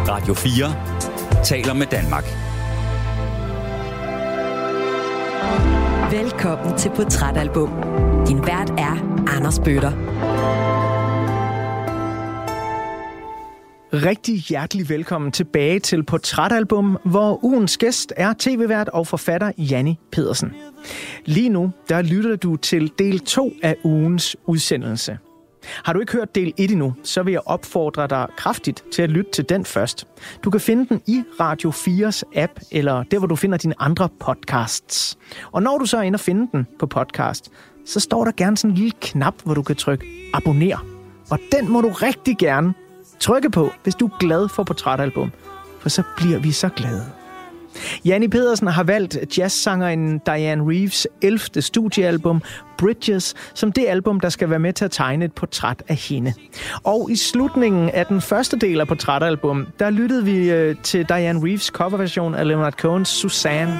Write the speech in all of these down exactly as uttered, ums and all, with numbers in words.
Radio fire taler med Danmark. Velkommen til Portrætalbum. Din vært er Anders Bøtter. Rigtig hjertelig velkommen tilbage til Portrætalbum, hvor ugens gæst er tv-vært og forfatter Janni Pedersen. Lige nu, der lytter du til del to af ugens udsendelse. Har du ikke hørt del et endnu, så vil jeg opfordre dig kraftigt til at lytte til den først. Du kan finde den i Radio fires app, eller der, hvor du finder dine andre podcasts. Og når du så er inde og finde den på podcast, så står der gerne sådan en lille knap, hvor du kan trykke abonner. Og den må du rigtig gerne trykke på, hvis du er glad for Portrætalbum, for så bliver vi så glade. Janni Pedersen har valgt jazzsangerinden Dianne Reeves ellevte studiealbum Bridges som det album, der skal være med til at tegne et portræt af hende. Og i slutningen af den første del af Portrætalbum, der lyttede vi øh, til Dianne Reeves coverversion af Leonard Cohens Suzanne.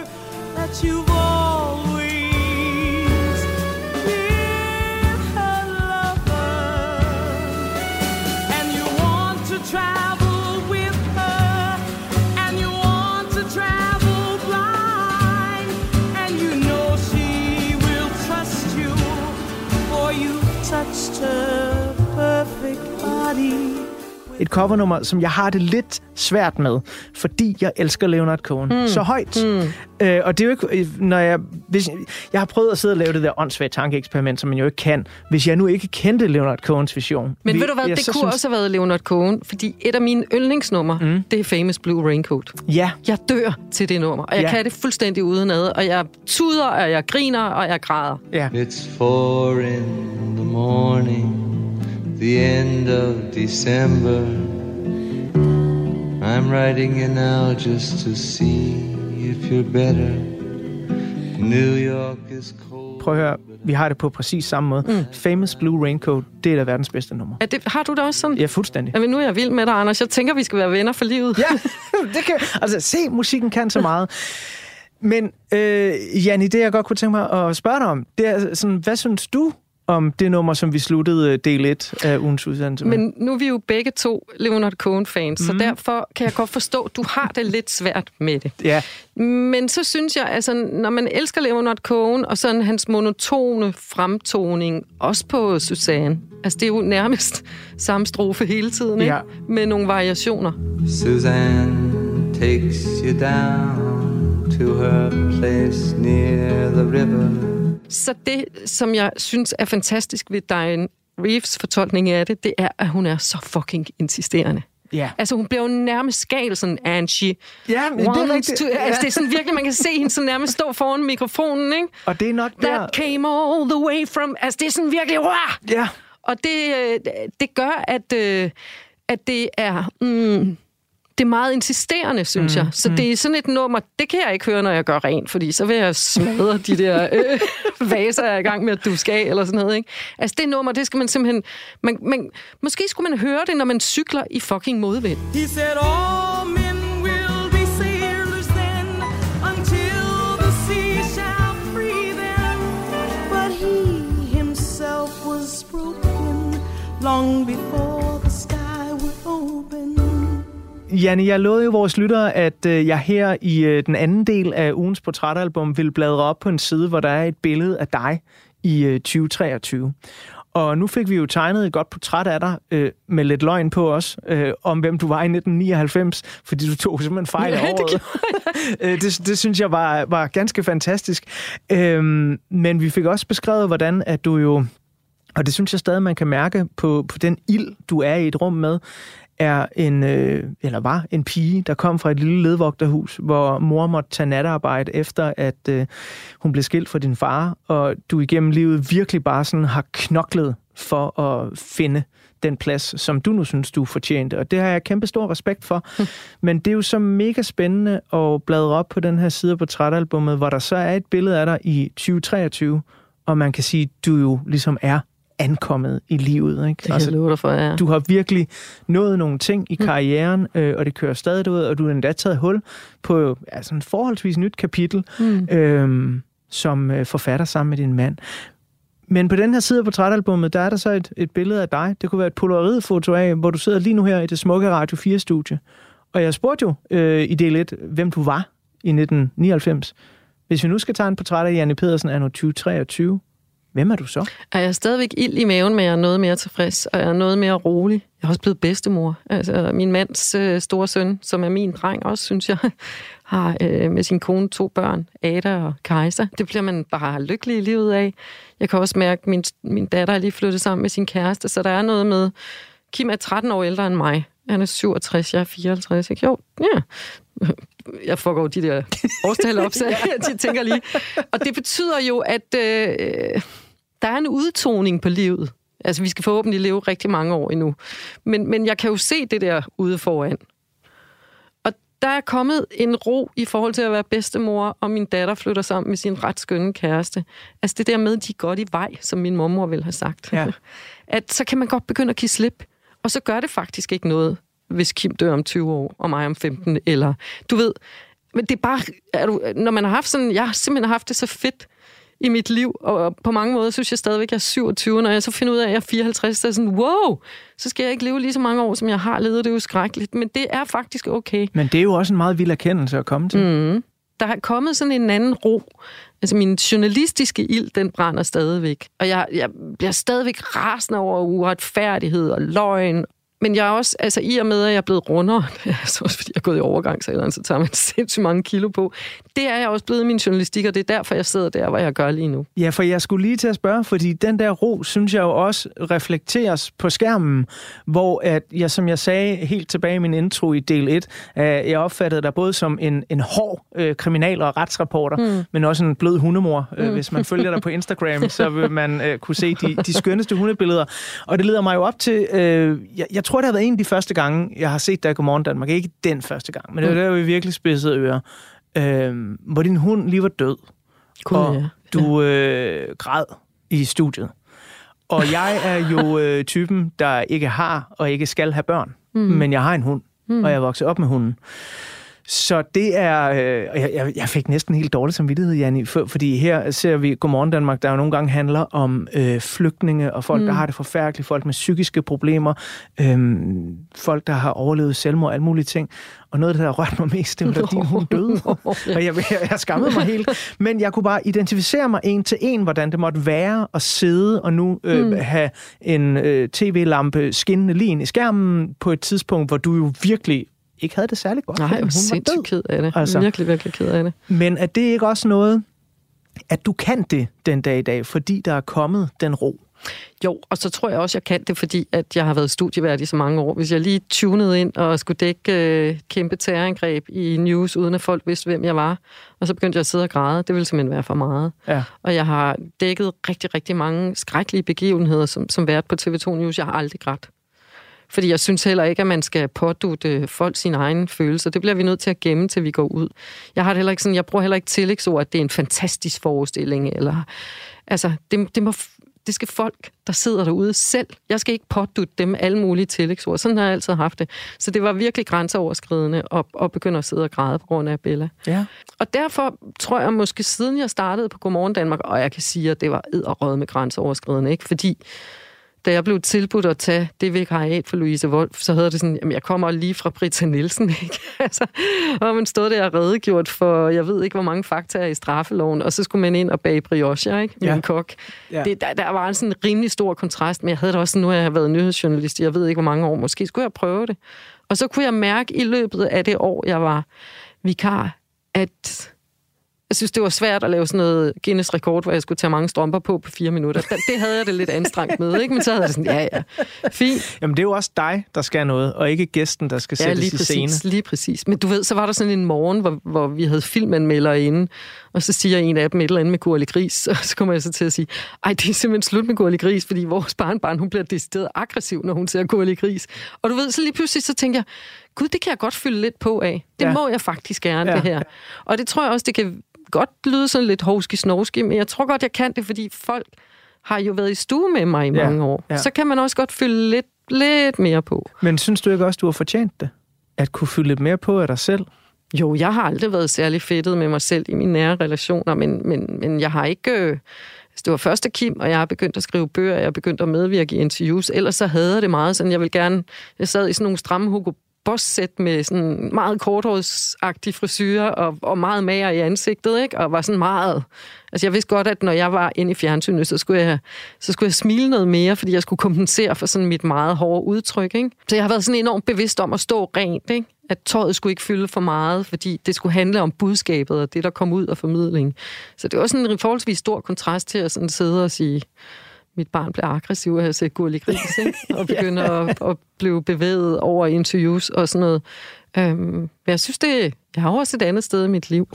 Et covernummer, som jeg har det lidt svært med, fordi jeg elsker Leonard Cohen mm. så højt. Mm. Øh, og det er jo ikke, når jeg... Hvis, jeg har prøvet at sidde og lave det der åndssvage tankeeksperiment, som man jo ikke kan, hvis jeg nu ikke kendte Leonard Cohens vision. Men vi, ved du hvad, det kunne synes... også have været Leonard Cohen, fordi et af mine yndlingsnumre, mm. det er Famous Blue Raincoat. Ja. Jeg dør til det nummer, og jeg ja. kan det fuldstændig udenad, og jeg tuder, og jeg griner, og jeg græder. Ja. It's four in the morning, the end of December. I'm writing you now just to see if you're better. New York is cold. Prøv at høre, vi har det på præcis samme måde. Mm. Famous Blue Raincoat, det er da verdens bedste nummer. Er det, har du det også sådan? Ja, fuldstændig. Jamen, nu er jeg vild med dig, Anders. Jeg tænker, vi skal være venner for livet. Ja, det kan... Altså, se, musikken kan så meget. Men, øh, Janni, det jeg godt kunne tænke mig at spørge dig om, det er sådan, hvad synes du om det nummer, som vi sluttede del et af ugens udsendelse med? Men nu er vi jo begge to Leonard Cohen-fans, mm. så derfor kan jeg godt forstå, at du har det lidt svært med det. Ja. Men så synes jeg, altså, når man elsker Leonard Cohen, og sådan hans monotone fremtoning, også på Suzanne, altså det er jo nærmest samme strofe hele tiden, ikke? Ja. Med nogle variationer. Suzanne takes you down to her place near the river. Så det, som jeg synes er fantastisk ved Dianne Reeves fortolkning af det, det er, at hun er så fucking insisterende. Ja. Altså, hun bliver jo nærmest skal, sådan Angie. Ja, men det er rigtigt. To, altså, det er sådan virkelig, man kan se hende så nærmest stå foran mikrofonen, ikke? Og det er nok der... That came all the way from... Altså, det er sådan virkelig... Wah! Ja. Og det, det gør, at, at det er... Mm, det er meget insisterende, synes mm, jeg. Så mm. det er sådan et nummer, det kan jeg ikke høre, når jeg gør rent, fordi så vil jeg smadre de der øh, vaser, jeg er i gang med at duske af, eller sådan noget, ikke? Altså det nummer, det skal man simpelthen... Man, man, måske skulle man høre det, når man cykler i fucking modvind. He said, all men will be sailors then, until the sea shall free them. But he himself was broken, long before the sky would open. Janni, jeg lovede jo vores lyttere, at øh, jeg her i øh, den anden del af ugens portrætalbum vil bladre op på en side, hvor der er et billede af dig i øh, tyve treogtyve. Og nu fik vi jo tegnet et godt portræt af dig, øh, med lidt løgn på os, øh, om hvem du var i nitten nioghalvfems, fordi du tog simpelthen fejl af ja, året. Det, det, det synes jeg var, var ganske fantastisk. Øh, men vi fik også beskrevet, hvordan at du jo, og det synes jeg stadig, man kan mærke på, på den ild, du er i et rum med, er en, øh, eller var en pige, der kom fra et lille ledvogterhus, hvor mor måtte tage natarbejde efter, at øh, hun blev skilt fra din far, og du igennem livet virkelig bare sådan har knoklet for at finde den plads, som du nu synes, du fortjente. Og det har jeg kæmpe stor respekt for. Mm. Men det er jo så mega spændende at bladre op på den her side på portrætalbummet, hvor der så er et billede af dig i tyve treogtyve, og man kan sige, at du jo ligesom er ankommet i livet. Ikke? Det kan altså, jeg for, ja. Du har virkelig nået nogle ting i karrieren, øh, og det kører stadig ud, og du har endda taget hul på altså, en forholdsvis nyt kapitel, mm. øh, som øh, forfatter sammen med din mand. Men på den her side af portrætalbummet, der er der så et, et billede af dig. Det kunne være et polaroidfoto af, hvor du sidder lige nu her i det smukke Radio fire-studie, Og jeg spurgte jo øh, i del et, hvem du var i nitten nioghalvfems. Hvis vi nu skal tage en portræt af Janni Pedersen anno tyve treogtyve, hvem er du så? Er jeg stadigvæk ild i maven, men jeg er noget mere tilfreds, og jeg er noget mere rolig. Jeg er også blevet bedstemor. Altså, min mands øh, store søn, som er min dreng også, synes jeg, har øh, med sin kone to børn, Ada og Kajsa. Det bliver man bare lykkelig i livet af. Jeg kan også mærke, at min, min datter er lige flyttet sammen med sin kæreste, så der er noget med... Kim er tretten år ældre end mig. Han er syvogtres, jeg er fireoghalvtreds, ikke? Jo, ja. Jeg får jo de der årstal op, så jeg tænker lige. Og det betyder jo, at øh, der er en udtoning på livet. Altså, vi skal forhåbentlig leve rigtig mange år endnu. Men, men jeg kan jo se det der ude foran. Og der er kommet en ro i forhold til at være bedstemor, og min datter flytter sammen med sin ret skønne kæreste. Altså det der med, de er godt i vej, som min mormor ville have sagt. Ja. At så kan man godt begynde at give slip. Og så gør det faktisk ikke noget, hvis Kim dør om tyve år, og mig om femten, eller du ved. Men det er bare, er du, når man har haft sådan, jeg har simpelthen haft det så fedt i mit liv, og på mange måder synes jeg stadigvæk, at jeg er syvogtyve, når jeg så finder ud af, at jeg er fireoghalvtreds, så er sådan, wow, så skal jeg ikke leve lige så mange år, som jeg har levet, det er jo skrækkeligt, men det er faktisk okay. Men det er jo også en meget vild erkendelse at komme til. Mm. Der er kommet sådan en anden ro. Altså min journalistiske ild, den brænder stadigvæk. Og jeg, jeg bliver stadigvæk rasende over uretfærdighed og løgn. Men jeg er også, altså i og med, at jeg er blevet rundere, altså også fordi jeg er gået i overgangsalderen, så tager man sindssygt mange kilo på. Det er jeg også blevet i min journalistik, og det er derfor, jeg sidder der, hvor jeg gør lige nu. Ja, for jeg skulle lige til at spørge, fordi den der ro, synes jeg jo også reflekteres på skærmen, hvor at jeg, som jeg sagde helt tilbage i min intro i del et, at jeg opfattede dig både som en, en hård øh, kriminal- og retsreporter, mm. men også en blød hundemor. Mm. Hvis man følger dig på Instagram, så vil man øh, kunne se de, de skønneste hundebilleder. Og det leder mig jo op til, øh, jeg, jeg tror, det har været en af de første gange, jeg har set dig i Godmorgen Danmark. Ikke den første gang, men det var der, vi virkelig spidsede ører. Øh, hvor din hund lige var død. God, og ja. du øh, græd i studiet. Og jeg er jo øh, typen, der ikke har og ikke skal have børn. Mm. Men jeg har en hund, mm. og jeg er vokset op med hunden. Så det er... Øh, jeg, jeg fik næsten helt dårligt samvittighed, Janni, for, fordi her ser vi Godmorgen Danmark, der jo nogle gange handler om øh, flygtninge og folk, mm. der har det forfærdeligt, folk med psykiske problemer, øh, folk, der har overlevet selvmord og alle mulige ting. Og noget af det, der rørte mig mest, det var, da din hund døde. Og jeg, jeg, jeg skammede mig helt. Men jeg kunne bare identificere mig en til en, hvordan det måtte være at sidde og nu øh, mm. have en øh, tv-lampe skinnende lige ind i skærmen på et tidspunkt, hvor du jo virkelig ikke havde det særlig godt. Nej, jeg var sindssygt ked af det. Altså. Virkelig, virkelig ked af det. Men er det ikke også noget, at du kan det den dag i dag, fordi der er kommet den ro? Jo, og så tror jeg også, jeg kan det, fordi at jeg har været studievært i så mange år. Hvis jeg lige tunede ind og skulle dække øh, kæmpe terrorangreb i news, uden at folk vidste, hvem jeg var, og så begyndte jeg at sidde og græde, det ville simpelthen være for meget. Ja. Og jeg har dækket rigtig, rigtig mange skrækkelige begivenheder, som, som vært på T V to News. Jeg har aldrig grædt. Fordi jeg synes heller ikke, at man skal pådutte folk sine egne følelser. Det bliver vi nødt til at gemme, til vi går ud. Jeg har det heller ikke sådan, jeg bruger heller ikke tillægsord, at det er en fantastisk forestilling, eller altså, det, det, må, det skal folk, der sidder derude selv. Jeg skal ikke pådutte dem alle mulige tillægsord. Sådan har jeg altid haft det. Så det var virkelig grænseoverskridende at, at begynde at sidde og græde på grund af Bella. Ja. Og derfor tror jeg måske, siden jeg startede på Godmorgen Danmark, og jeg kan sige, at det var edderrød med grænseoverskridende, ikke? Fordi da jeg blev tilbudt at tage det vikariat for Louise Wolff, så hedder det sådan, jamen jeg kommer lige fra Britta Nielsen, ikke? Altså, og man stod der og redegjort for, jeg ved ikke, hvor mange fakta er i straffeloven, og så skulle man ind og bage brioche, ikke? Med ja. en kok. Ja. Det, der, der var en sådan rimelig stor kontrast, men jeg havde det også, nu har jeg været nyhedsjournalist, jeg ved ikke, hvor mange år, måske skulle jeg prøve det. Og så kunne jeg mærke i løbet af det år, jeg var vikar, at jeg synes, det var svært at lave sådan noget Guinness rekord, hvor jeg skulle tage mange strømper på på fire minutter. Det havde jeg det lidt anstrengt med, ikke? Men så havde jeg det sådan, ja, ja, fint. Jamen, det er jo også dig, der skal noget, og ikke gæsten, der skal sættes ja, i scene. Ja, lige præcis. Men du ved, så var der sådan en morgen, hvor, hvor vi havde filmanmeldere inde, og så siger en af dem et eller andet med Gurli Gris, og så kommer jeg så til at sige, ej, det er simpelthen slut med Gurli Gris, fordi vores barnbarn, hun bliver decideret aggressiv, når hun ser Gurli Gris. Og du ved, så lige pludselig så tænker jeg, gud, det kan jeg godt fylde lidt på af. Det ja. må jeg faktisk gerne, ja. det her. Og det tror jeg også, det kan godt lyde sådan lidt hovski-snovski, men jeg tror godt, jeg kan det, fordi folk har jo været i stue med mig i ja, mange år. Ja. Så kan man også godt fylde lidt, lidt mere på. Men synes du ikke også, du har fortjent det? At kunne fylde lidt mere på af dig selv? Jo, jeg har aldrig været særlig fedtet med mig selv i mine nære relationer, men, men, men jeg har ikke... Øh, det var første Kim, og jeg har begyndt at skrive bøger, jeg har begyndt at medvirke i interviews. Ellers så havde jeg det meget sådan, jeg vil gerne... Jeg sad i sådan nogle stramme Hugo boss-sæt med sådan meget korthårsagtig frisyre og, og meget mager i ansigtet, ikke? Og var sådan meget... Altså, jeg vidste godt, at når jeg var inde i fjernsynet, så skulle jeg, så skulle jeg smile noget mere, fordi jeg skulle kompensere for sådan mit meget hårde udtryk, ikke? Så jeg har været sådan enormt bevidst om at stå rent, ikke? At tøjet skulle ikke fylde for meget, fordi det skulle handle om budskabet og det, der kom ud af formidling. Så det var sådan en forholdsvis stor kontrast til at sådan sidde og sige, mit barn bliver aggressiv af at se Gurli Gris, ikke? Og begynder at, at blive bevæget over interviews og sådan noget. Øhm, men jeg synes, det jeg har også et andet sted i mit liv.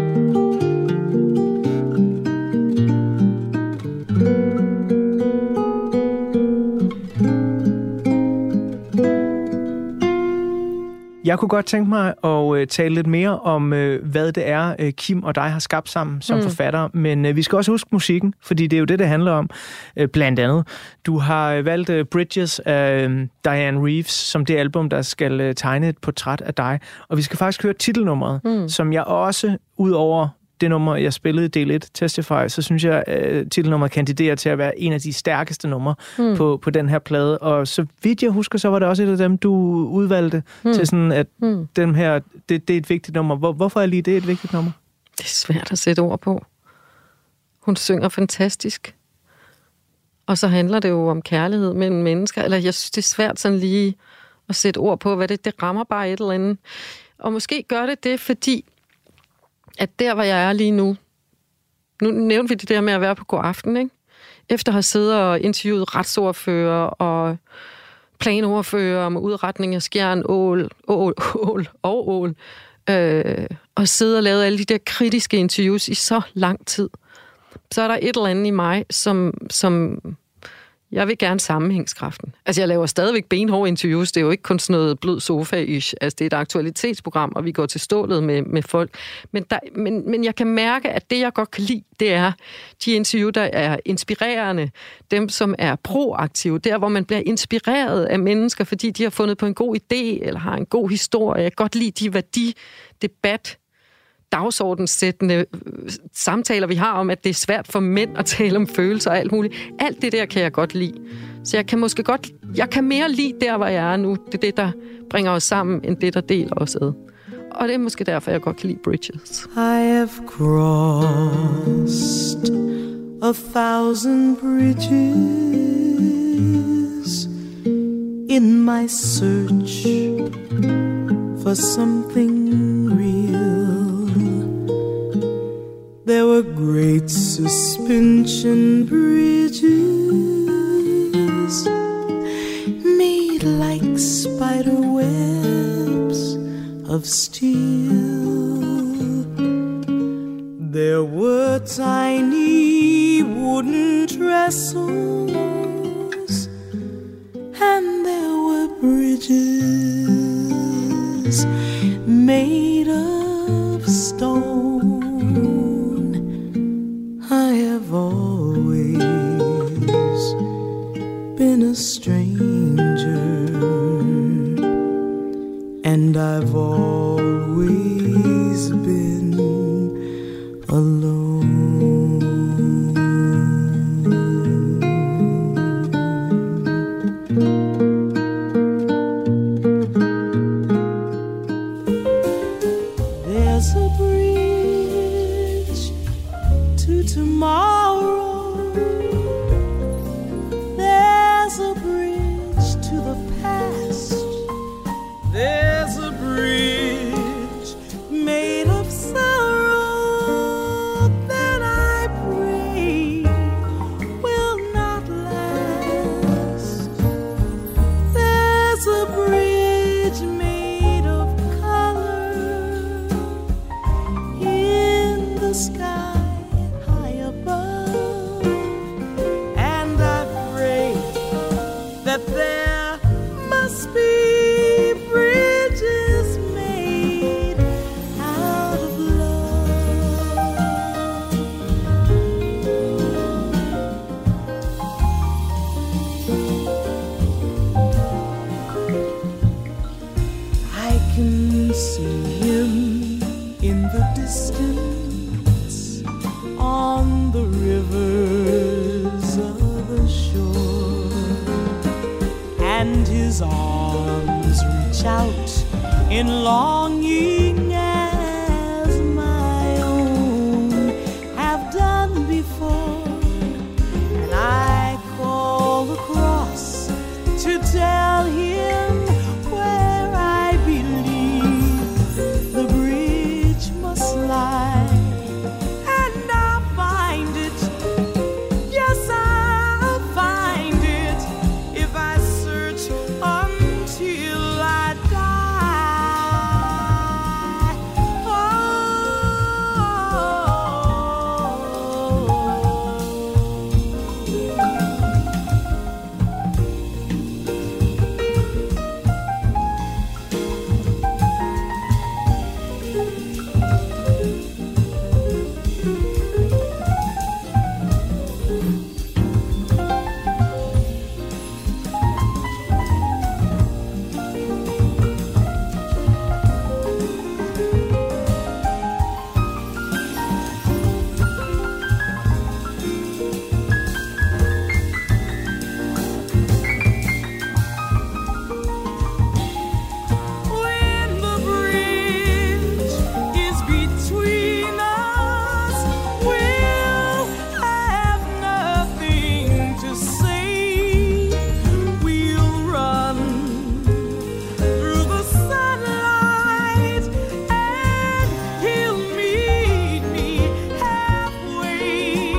Jeg kunne godt tænke mig at øh, tale lidt mere om, øh, hvad det er, øh, Kim og dig har skabt sammen som mm. forfattere. Men øh, vi skal også huske musikken, fordi det er jo det, det handler om, øh, blandt andet. Du har øh, valgt øh, Bridges af øh, Diane Reeves som det album, der skal øh, tegne et portræt af dig. Og vi skal faktisk høre titelnummeret, mm. som jeg også, ud over det nummer, jeg spillede i del et, Testify, så synes jeg, at titelnummeret kandiderer til at være en af de stærkeste numre mm. på, på den her plade. Og så vidt jeg husker, så var det også et af dem, du udvalgte mm. til sådan, at mm. den her, det, det er et vigtigt nummer. Hvor, hvorfor er lige det et vigtigt nummer? Det er svært at sætte ord på. Hun synger fantastisk. Og så handler det jo om kærlighed mellem mennesker. Eller jeg synes, det er svært sådan lige at sætte ord på, hvad det, det rammer bare et eller andet. Og måske gør det det, fordi at der, hvor jeg er lige nu, nu nævnte vi det der med at være på god aften, ikke? Efter at have siddet og interviewet retsordfører og planordfører med udretning af skjern, ål, ål, ål og ål, øh, og sidde og lave alle de der kritiske interviews i så lang tid, så er der et eller andet i mig, som... som jeg vil gerne sammenhængskraften. Altså, jeg laver stadigvæk benhårde interviews. Det er jo ikke kun sådan noget blød sofa-ish. Altså, det er et aktualitetsprogram, og vi går til stålet med, med folk. Men, der, men, men jeg kan mærke, at det, jeg godt kan lide, det er de interview, der er inspirerende. Dem, som er proaktive. Der, hvor man bliver inspireret af mennesker, fordi de har fundet på en god idé, eller har en god historie. Jeg kan godt lide de værdi, debat, dagsordenssættende samtaler, vi har om, at det er svært for mænd at tale om følelser og alt muligt. Alt det der kan jeg godt lide. Så jeg kan måske godt, jeg kan mere lide der, hvor jeg er nu. Det er det, der bringer os sammen, end det, der deler os ad. Og det er måske derfor, jeg godt kan lide Bridges. I have crossed a thousand bridges in my search for something real. There were great suspension bridges made like spider webs of steel. There were tiny wooden trestles, and there were bridges made of stone. I have always been a stranger, and I've always been alone. There's a bridge to tomorrow. There's a bridge to the past. There's a bridge made of sorrow that I pray will not last. There's a bridge made of color in the sky high above, and I pray that there must be bridges made out of love. I can see him in the distance on the rivers of the shore, and his arms reach shout in longing as my own have done before. And I call across to tell him where I believe the bridge must lie. And I'll find it, yes, I'll find it if I search until I die. When the bridge is between us, we'll have nothing to say. We'll run through the sunlight and he'll meet me halfway.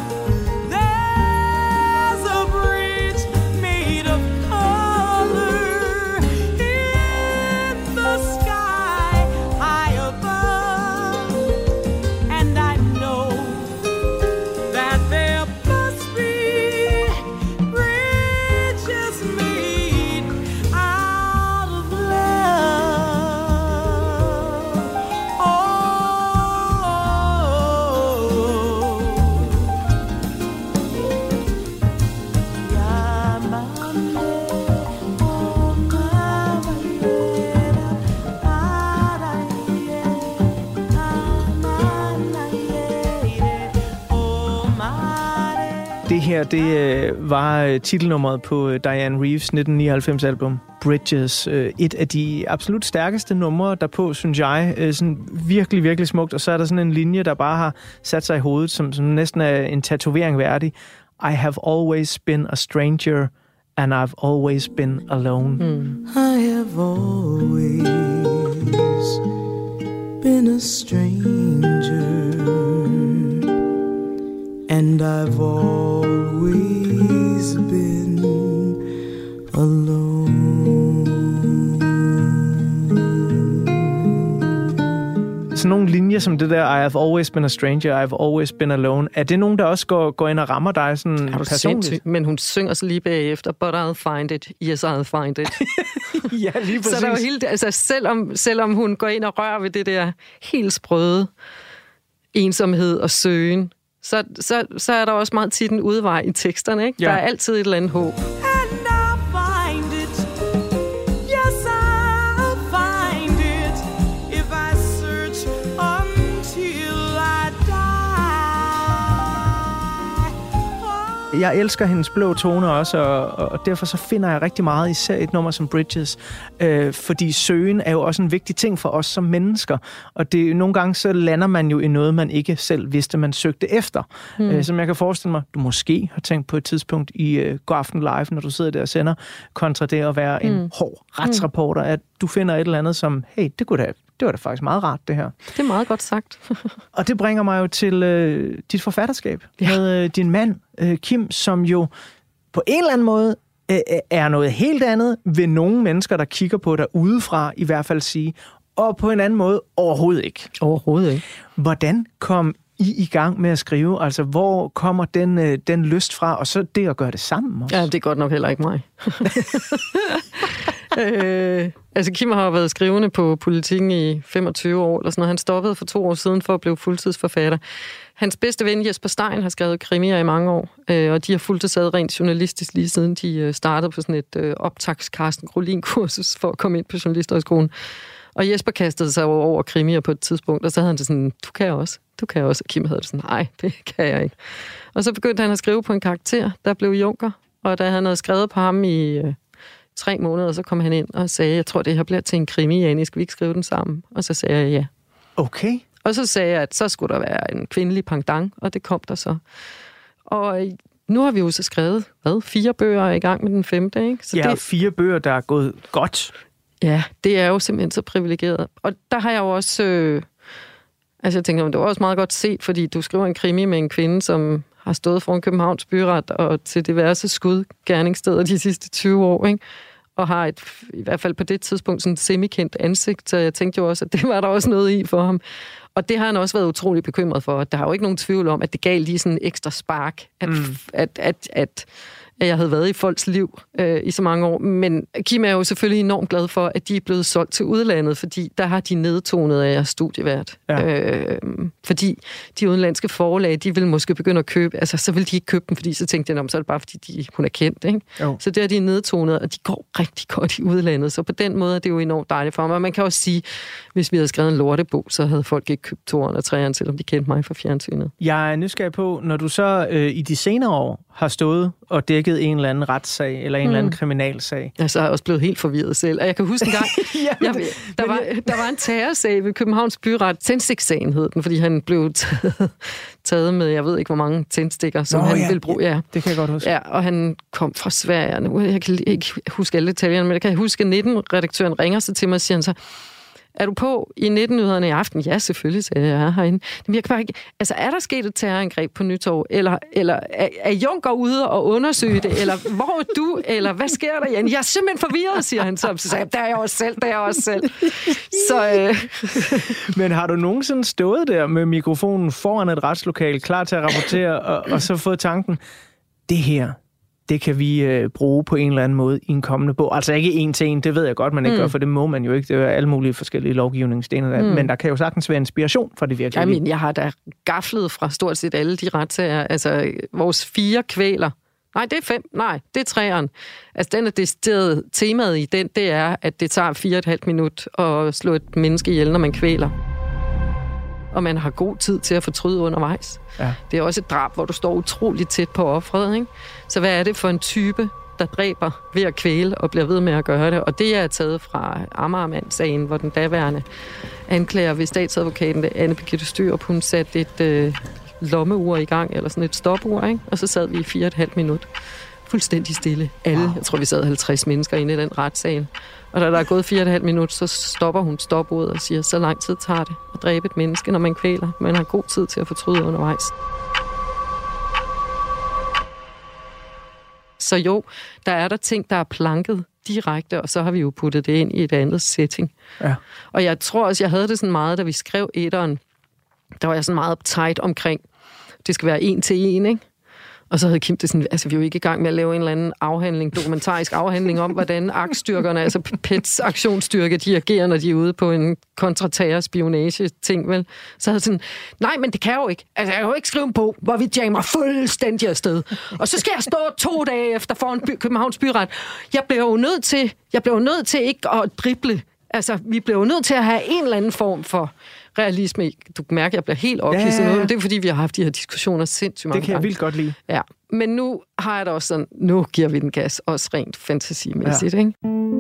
There's a bridge made of color in the sky high above, and I know that there must be bridges made out of love. Oh, Yamame, oh Maria, Araye, Amanaye, oh Mare. Det her, det øh, var øh, titelnummeret på øh, Diane Reeves nitten nioghalvfems album Bridges. Øh, et af de absolut stærkeste numre derpå, synes jeg. Øh, sådan virkelig, virkelig smukt. Og så er der sådan en linje, der bare har sat sig i hovedet, som, som næsten er en tatovering værdig. I have always been a stranger, and I've always been alone. Mm. I have always been a stranger, and I've always been alone. Sådan nogle linjer som det der, I have always been a stranger, I've always been alone. Er det nogen, der også går, går ind og rammer dig sådan Er du personligt? sindssygt? Men hun synger så lige bagefter, but I'll find it, yes, I'll find it. Ja, lige præcis. Så der er jo hele det, altså selvom, selvom hun går ind og rører ved det der helt sprøde ensomhed og søgen, så, så, så er der også meget tit en udvej i teksterne, ikke? Ja. Der er altid et eller andet håb. And I'll find it, yes, I'll find it if I search until I die. Jeg elsker hendes blå toner også, og, og derfor så finder jeg rigtig meget, især et nummer som Bridges, øh, fordi søgen er jo også en vigtig ting for os som mennesker, og det nogle gange så lander man jo i noget, man ikke selv vidste, man søgte efter. Hmm. Øh, som jeg kan forestille mig, du måske har tænkt på et tidspunkt i øh, God Aften Live, når du sidder der og sender, kontra det at være en hmm. hård retsreporter, at du finder et eller andet som, hey, det kunne da det var da faktisk meget rart, det her. Det er meget godt sagt. Og det bringer mig jo til øh, dit forfatterskab ja. med øh, din mand, øh, Kim, som jo på en eller anden måde øh, er noget helt andet, ved nogle mennesker, der kigger på dig udefra, i hvert fald sige, og på en anden måde overhovedet ikke. Overhovedet ikke. Hvordan kom I i gang med at skrive? Altså, hvor kommer den, øh, den lyst fra, og så det at gøre det sammen også? Ja, det er godt nok heller ikke mig. øh, altså, Kim har været skrivende på Politikken i femogtyve år, eller sådan noget. Han stoppede for to år siden for at blive fuldtidsforfatter. Hans bedste ven, Jesper Stein, har skrevet krimier i mange år, øh, og de har fulgt ad rent journalistisk lige siden de øh, startede på sådan et øh, optags Carsten Grolin-kursus for at komme ind på Journalisthøjskolen. Og Jesper kastede sig over krimier på et tidspunkt, og så havde han det sådan, du kan også, du kan også. Og Kim havde det sådan, nej, det kan jeg ikke. Og så begyndte han at skrive på en karakter, der blev Junker, og da han havde skrevet på ham i, tre måneder, og så kom han ind og sagde, jeg tror, det her bliver til en krimi, Janni, skal vi ikke skrive den sammen? Og så sagde jeg ja. Okay. Og så sagde jeg, at så skulle der være en kvindelig pendant, og det kom der så. Og nu har vi jo så skrevet, hvad, fire bøger i gang med den femte, ikke? Så ja, det, fire bøger, der er gået godt. Ja, det er jo simpelthen så privilegeret. Og der har jeg jo også... Øh, altså jeg tænker, det var også meget godt set, fordi du skriver en krimi med en kvinde, som har stået foran Københavns byret og til diverse skudgerningssteder de sidste tyve år, ikke? Og har et, i hvert fald på det tidspunkt, sådan et semikendt ansigt, så jeg tænkte jo også, at det var der også noget i for ham. Og det har han også været utrolig bekymret for. Der har jo ikke nogen tvivl om, at det gav lige sådan en ekstra spark, at, mm. at, at, at, at jeg havde været i folks liv øh, i så mange år. Men Kim er jo selvfølgelig enormt glad for, at de er blevet solgt til udlandet, fordi der har de nedtonet af jeres studievært. Ja. Øh, fordi de udenlandske forlag, de vil måske begynde at købe, altså så vil de ikke købe dem, fordi så tænkte jeg, så er det bare, fordi de, hun er kendt, ikke? Så der er de nedtonet, og de går rigtig godt i udlandet. Så på den måde er det jo enormt dejligt for mig. Og man kan også sige, hvis vi havde skrevet en lortebog, så havde folk ikke købt toeren og treeren, selvom de kendte mig fra fjernsynet. Jeg er nysgerrig på, når du så øh, i de senere år har stået og dækket en eller anden retssag, eller en mm. eller anden kriminalsag. Altså, jeg er også blevet helt forvirret selv. Og jeg kan huske en gang, Jamen, jeg, der, var, der var en terrorsag ved Københavns byret. Tændstiksagen hed den, fordi han blev taget, taget med, jeg ved ikke, hvor mange tændstikker, som Nå, han ja, ville bruge. Ja, det kan jeg godt huske. Ja, og han kom fra Sverige. Nu, jeg kan ikke huske alle detaljerne, men jeg kan huske, at nitten-redaktøren ringer sig til mig og siger han så, er du på i nitten-nyhederne i aften? Ja, selvfølgelig, sagde jeg, jeg er herinde. Men jeg kan bare ikke... Altså, er der sket et terrorangreb på Nytorv? Eller, eller er, er Juncker ude og undersøge det? Eller hvor er du? Eller hvad sker der, Jan? Jeg er simpelthen forvirret, siger han så. Så sagde jeg, der er jeg også selv, der er jeg også selv. Så, øh... Men har du nogensinde stået der med mikrofonen foran et retslokale, klar til at rapportere, og, og så fået tanken, det her... det kan vi øh, bruge på en eller anden måde i en kommende bog. Altså ikke en til en, det ved jeg godt, man ikke mm. gør, for det må man jo ikke. Det er alle mulige forskellige lovgivningsstener der. Mm. Men der kan jo sagtens være inspiration fra det virkelige. Jamen, jeg har da gaflet fra stort set alle de retssager. Altså, vores fire kvæler. Nej, det er fem. Nej, det er treeren. Altså, den er decideret temaet i den, det er, at det tager fire og et halvt minut at slå et menneske ihjel, når man kvæler. Og man har god tid til at fortryde undervejs. Ja. Det er også et drab, hvor du står utroligt tæt på offeret, ikke? Så hvad er det for en type, der dræber ved at kvæle og bliver ved med at gøre det? Og det er taget fra Amagermand-sagen, hvor den daværende anklager ved statsadvokaten, Anne Birgitte Størup, hun satte et øh, lommeur i gang, eller sådan et stopur, ikke? Og så sad vi i fire og et halvt minut. Fuldstændig stille. Alle, wow. Jeg tror, vi sad halvtreds mennesker inde i den retssal. Og da der er gået fire og et halvt minut, så stopper hun stopuret og siger, så lang tid tager det at dræbe et menneske, når man kvæler. Man har god tid til at fortryde undervejs. Så jo, der er der ting, der er planket direkte, og så har vi jo puttet det ind i et andet setting. Ja. Og jeg tror også, jeg havde det sådan meget, da vi skrev etteren, der var jeg sådan meget uptight omkring, det skal være en til en, ikke? Og så havde Kim det sådan, altså vi er jo ikke i gang med at lave en eller anden afhandling, dokumentarisk afhandling om, hvordan aktstyrkerne, altså P E T's aktionsstyrke, de agerer, når de er ude på en kontraterror-spionage-ting, vel? Så havde jeg sådan, nej, men det kan jeg jo ikke. Altså jeg kan jo ikke skrive en bog, hvor vi jammer fuldstændig afsted. Og så skal jeg stå to dage efter foran by- Københavns byret. Jeg bliver jo nødt til, jeg bliver jo nødt til ikke at drible. Altså, vi bliver jo nødt til at have en eller anden form for realisme. Du kan mærke, at jeg bliver helt ophidset. Ja, ja, ja. Det er, fordi vi har haft de her diskussioner sindssygt mange gange. Det kan jeg vildt godt lide. Ja, men nu har jeg da også sådan, nu giver vi den gas, også rent fantasimæssigt, ja. Ikke?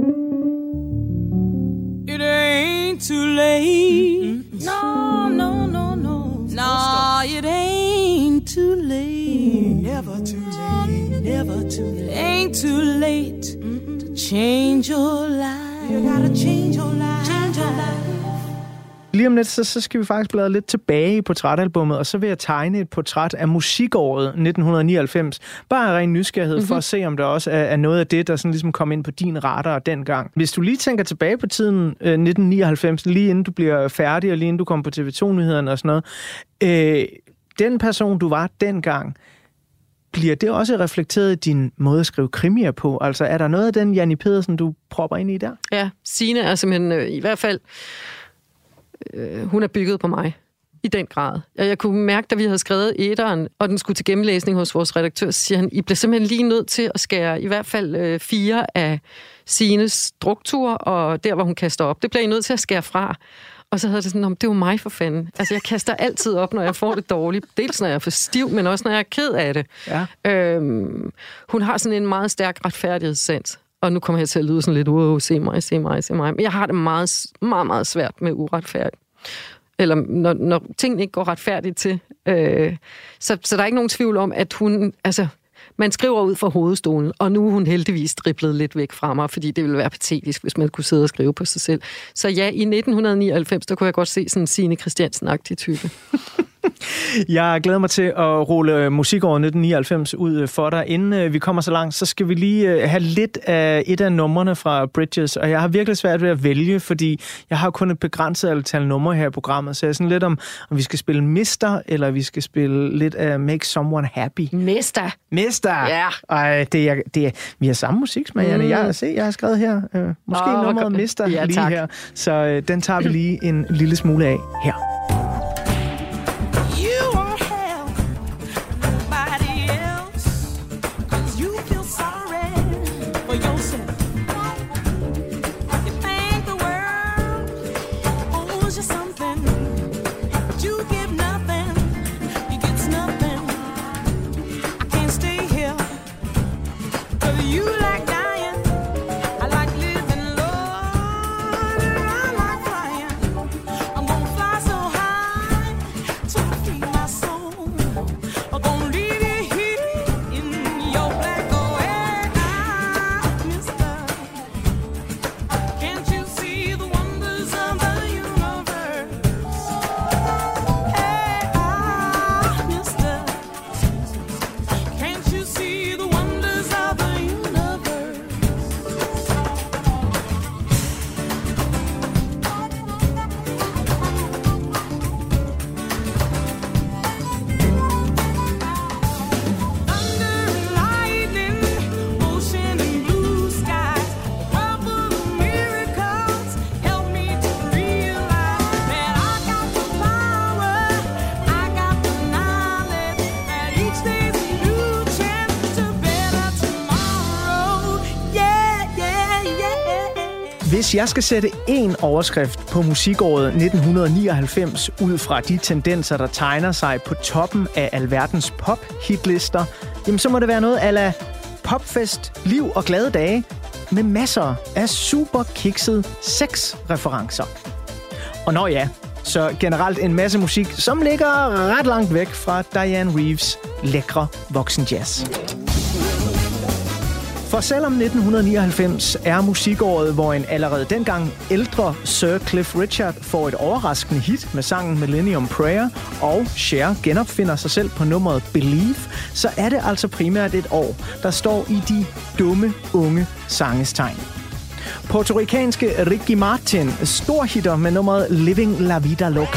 It ain't too late. Mm-hmm. No, no, no, no. No, it ain't too late. Never too late. Never too late. It ain't too late mm-hmm. to change your life. You gotta change your life. Change your life. Lige om lidt, så, så skal vi faktisk bladre lidt tilbage i portrætalbummet, og så vil jeg tegne et portræt af musikåret nitten nioghalvfems. Bare af ren nysgerrighed mm-hmm. for at se, om der også er, er noget af det, der sådan ligesom kom ind på din radar dengang. Hvis du lige tænker tilbage på tiden øh, nitten nioghalvfems, lige inden du bliver færdig, og lige inden du kommer på T V to-nyhederne og sådan noget, øh, den person, du var dengang, bliver det også reflekteret i din måde at skrive krimier på? Altså, er der noget af den Janni Pedersen, du propper ind i der? Ja, Signe er simpelthen øh, i hvert fald... Øh, hun er bygget på mig. I den grad. Jeg, jeg kunne mærke, da vi havde skrevet etteren, og den skulle til gennemlæsning hos vores redaktør, så siger han, I bliver simpelthen lige nødt til at skære i hvert fald øh, fire af Signes strukturer, og der, hvor hun kaster op. Det bliver I nødt til at skære fra. Og så havde det sådan, det er jo mig for fanden. Altså, jeg kaster altid op, når jeg får det dårligt. Dels når jeg er for stiv, men også når jeg er ked af det. Ja. Øhm, hun har sådan en meget stærk retfærdighedssans. og nu kommer jeg til at lyde sådan lidt, wow, se mig, se mig, se mig. Men jeg har det meget, meget, meget svært med uretfærdigt. Eller når, når tingene ikke går retfærdigt til. Øh, så, så der er ikke nogen tvivl om, at hun... altså man skriver ud fra hovedstolen, og nu er hun heldigvis driblet lidt væk fra mig, fordi det ville være patetisk, hvis man kunne sidde og skrive på sig selv. Så ja, i nitten nioghalvfems, der kunne jeg godt se sådan en Signe Christiansen-agtig type. Jeg glæder mig til at rulle musikåret nitten nioghalvfems ud for dig. Inden vi kommer så langt, så skal vi lige have lidt af et af numrene fra Bridges, og jeg har virkelig svært ved at vælge, fordi jeg har kun et begrænset antal numre her i programmet, så jeg er sådan lidt om, om vi skal spille Mister, eller vi skal spille lidt af Make Someone Happy. Mister. Mister! Ja. Ej, det er, det er, vi har samme musiksmag, Janne. Mm. Jeg, se, jeg har skrevet her, øh, måske oh, nummeret Mister ja, lige tak. her, så øh, den tager vi lige en lille smule af her. Hvis jeg skal sætte en overskrift på musikåret nitten nioghalvfems ud fra de tendenser, der tegner sig på toppen af alverdens pop-hitlister, jamen så må det være noget a la popfest, liv og glade dage med masser af super kiksede sex-referencer. Og nå ja, så generelt en masse musik, som ligger ret langt væk fra Diane Reeves' lækre voksenjazz. For selvom nitten nioghalvfems er musikåret, hvor en allerede dengang ældre Sir Cliff Richard får et overraskende hit med sangen Millennium Prayer, og Cher genopfinder sig selv på nummeret Believe, så er det altså primært et år, der står i de dumme, unge sanges tegn. Puertoricanske Ricky Martin storhitter med nummeret Living La Vida Loca.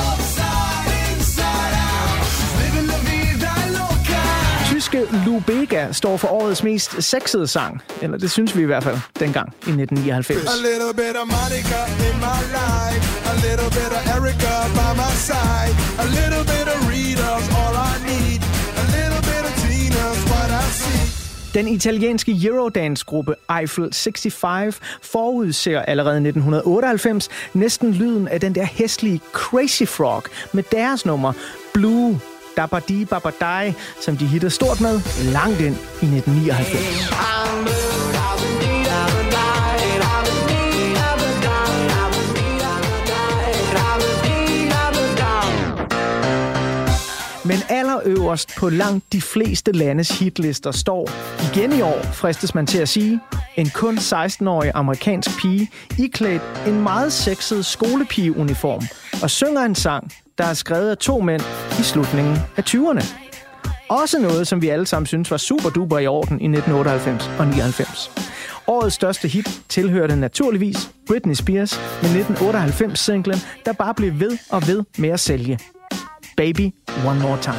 Tyske Lou Bega står for årets mest sexede sang, eller det synes vi i hvert fald dengang i nitten nioghalvfems. A little bit of Monica in my life, a little bit of Erica by my side, a little bit of Rita's all I need, a little bit of Tina's what I see. Den italienske Eurodance-gruppe Eiffel seksogfirs forudser allerede i nitten otteoghalvfems næsten lyden af den der hæslige Crazy Frog med deres nummer Blue Dabadi Babadai, som de hitter stort med langt ind i nitten nioghalvfems. Men allerøverst på langt de fleste landes hitlister står, igen i år, fristes man til at sige, en kun seksten-årig amerikansk pige iklædt en meget sexet skolepigeuniform og synger en sang, der er skrevet af to mænd i slutningen af tyverne. Også noget, som vi alle sammen synes var super duper i orden i nitten otteoghalvfems og nioghalvfems. Årets største hit tilhørte naturligvis Britney Spears med nitten otteoghalvfems-singlen, der bare blev ved og ved med at sælge. Baby, One More Time.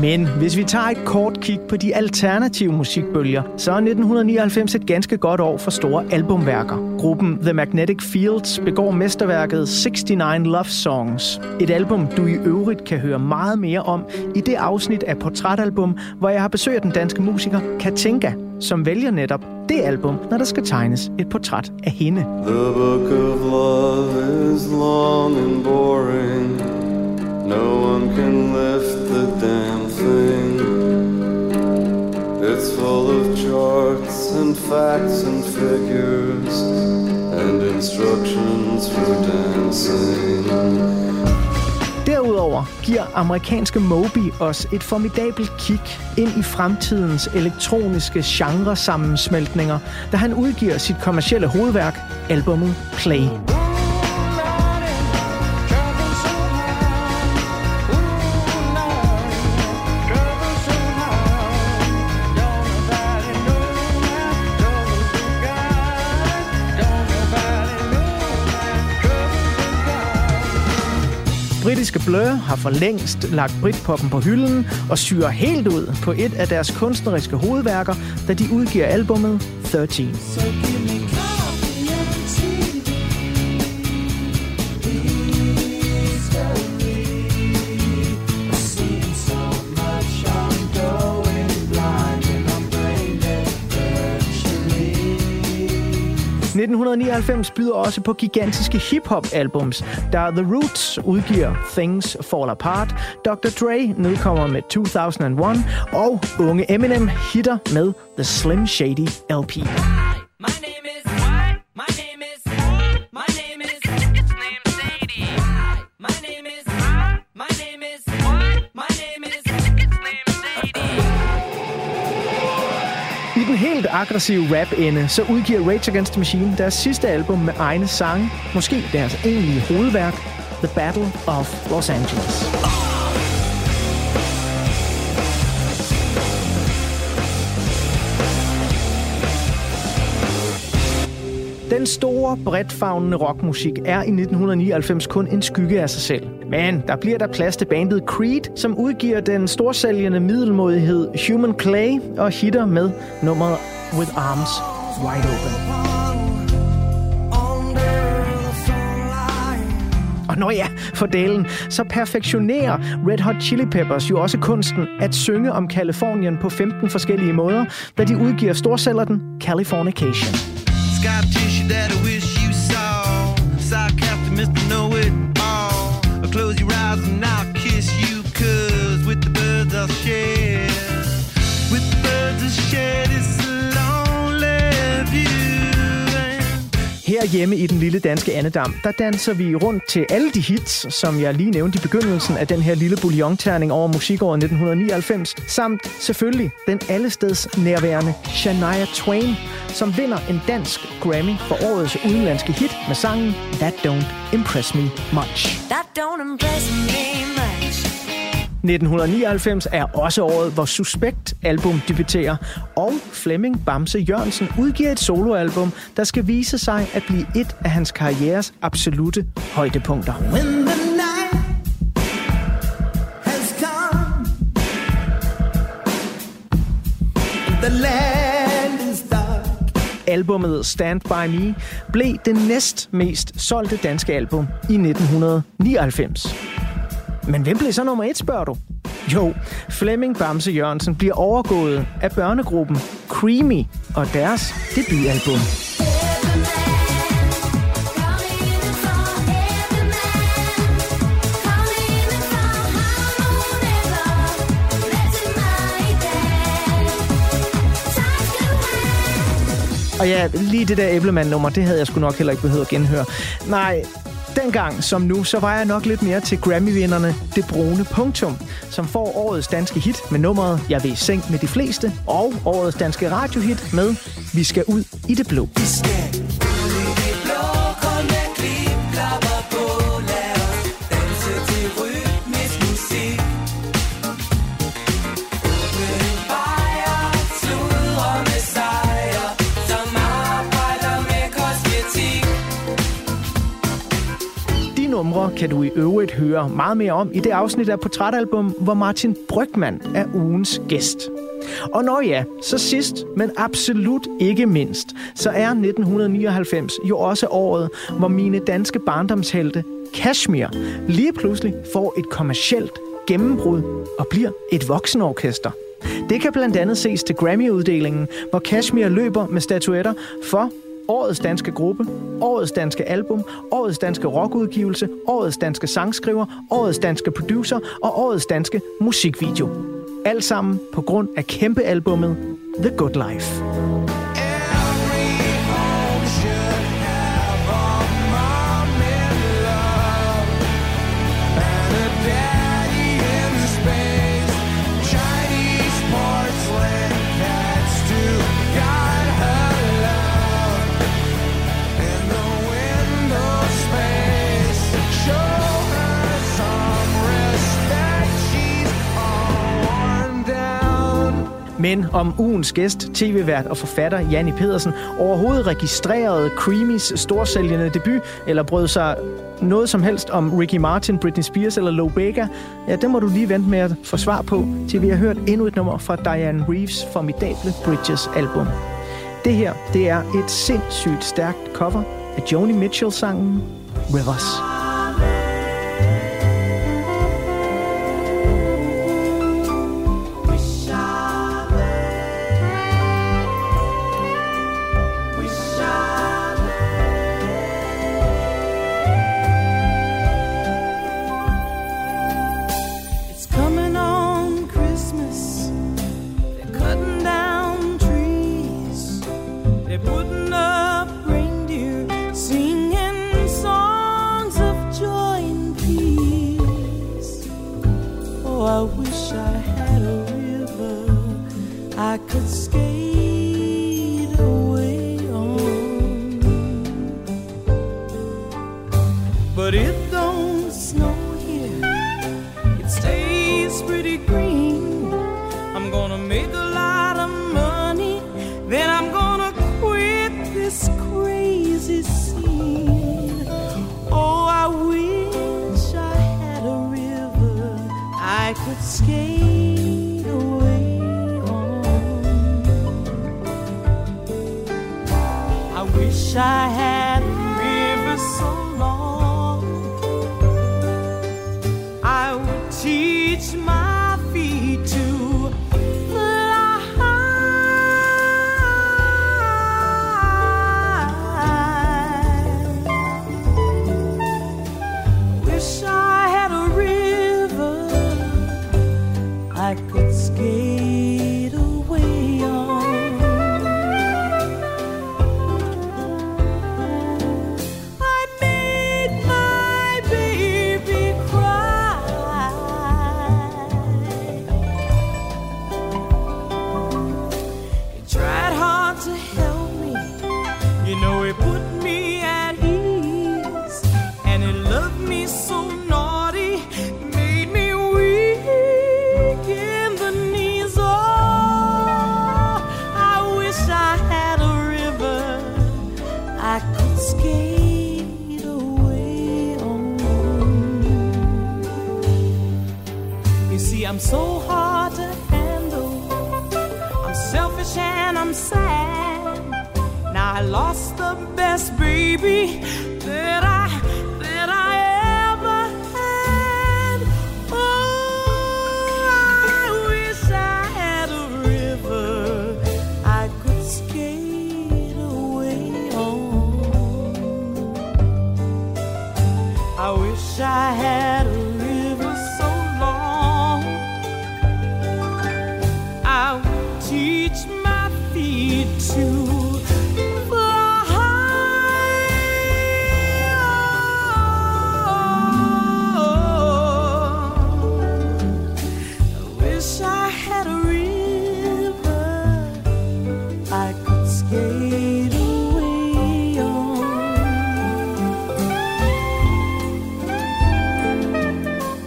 Men hvis vi tager et kort kig på de alternative musikbølger, så er nitten nioghalvfems et ganske godt år for store albumværker. Gruppen The Magnetic Fields begår mesterværket seksogtres Love Songs. Et album, du i øvrigt kan høre meget mere om i det afsnit af Portrætalbum, hvor jeg har besøg af den danske musiker Katinka, som vælger netop det album, når der skal tegnes et portræt af hende. The book of love is long and boring. No one can lift the damn thing. It's full of charts and facts and figures and instructions for dancing. Derudover giver amerikanske Moby os et formidabelt kig ind i fremtidens elektroniske genre-sammensmeltninger, da han udgiver sit kommercielle hovedværk, albummet Play. Britiske Blur har for længst lagt britpoppen på hylden og syrer helt ud på et af deres kunstneriske hovedværker, da de udgiver albummet tretten. nitten nioghalvfems byder også på gigantiske hip-hop-albums, da The Roots udgiver Things Fall Apart, doktor Dre nedkommer med to tusind og et, og unge Eminem hitter med The Slim Shady L P. I den helt aggressive rap-ende, så udgiver Rage Against the Machine deres sidste album med egne sange, måske deres egentlige hovedværk, The Battle of Los Angeles. Den store, bredtfavnende rockmusik er i nitten nioghalvfems kun en skygge af sig selv. Men der bliver der plads til bandet Creed, som udgiver den storsælgende middelmådighed Human Clay og hitter med nummeret With Arms Wide Open. Og når ja, for delen, så perfektionerer Red Hot Chili Peppers jo også kunsten at synge om Californien på femten forskellige måder, da de udgiver storsælger den Californication. Scar tissue that I wish you saw. Sarcastic Mister Know It All. I'll close your eyes and I'll kiss you, cause with the birds I'll share. With the birds I'll share this lonely view. Her hjemme i den lille danske andedam, der danser vi rundt til alle de hits, som jeg lige nævnte i begyndelsen af den her lille bouillonterning over musikåret nitten nioghalvfems, samt selvfølgelig den allesteds nærværende Shania Twain, som vinder en dansk Grammy for årets udenlandske hit med sangen That Don't Impress Me Much. That don't impress me much. nitten nioghalvfems er også året, hvor Suspekt album debuterer, og Flemming Bamse Jørgensen udgiver et soloalbum, der skal vise sig at blive et af hans karrieres absolute højdepunkter. When the night has come, the land is dark. Albummet Stand By Me blev det næst mest solgte danske album i nitten nioghalvfems. Men hvem blev så nummer et, spørger du? Jo, Flemming Bamse Jørgensen bliver overgået af børnegruppen Creamy og deres debutalbum. Og ja, lige det der Æblemand-nummer, det havde jeg sgu nok heller ikke behøvet at genhøre. Nej, dengang som nu, så var jeg nok lidt mere til Grammy-vinderne Det Brune Punktum, som får årets danske hit med nummeret Jeg vil i seng med de fleste, og årets danske radiohit med Vi skal ud i det blå. Vi skal ud i det blå, kun med klipklapper på, lad os danse til rytmisk musik. Åbne en bajer, sludre med sejr, som arbejder med kosmetik. numre kan du i øvrigt høre meget mere om i det afsnit af Portrætalbum, hvor Martin Brygmann er ugens gæst. Og når ja, så sidst, men absolut ikke mindst, så er nitten nioghalvfems jo også året, hvor mine danske barndomshelte Kashmir lige pludselig får et kommercielt gennembrud og bliver et voksenorkester. Det kan blandt andet ses til Grammy-uddelingen, hvor Kashmir løber med statuetter for årets danske gruppe, årets danske album, årets danske rockudgivelse, årets danske sangskriver, årets danske producer og årets danske musikvideo. Alt sammen på grund af kæmpealbummet The Good Life. Men om ugens gæst, tv-vært og forfatter Janni Pedersen overhovedet registrerede Creamys storsælgende debut, eller brød sig noget som helst om Ricky Martin, Britney Spears eller Lou Bega, ja, det må du lige vente med at få svar på, til vi har hørt endnu et nummer fra Dianne Reeves' formidable Bridges-album. Det her, det er et sindssygt stærkt cover af Joni Mitchell-sangen Rivers.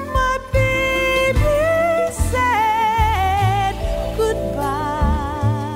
Goodbye.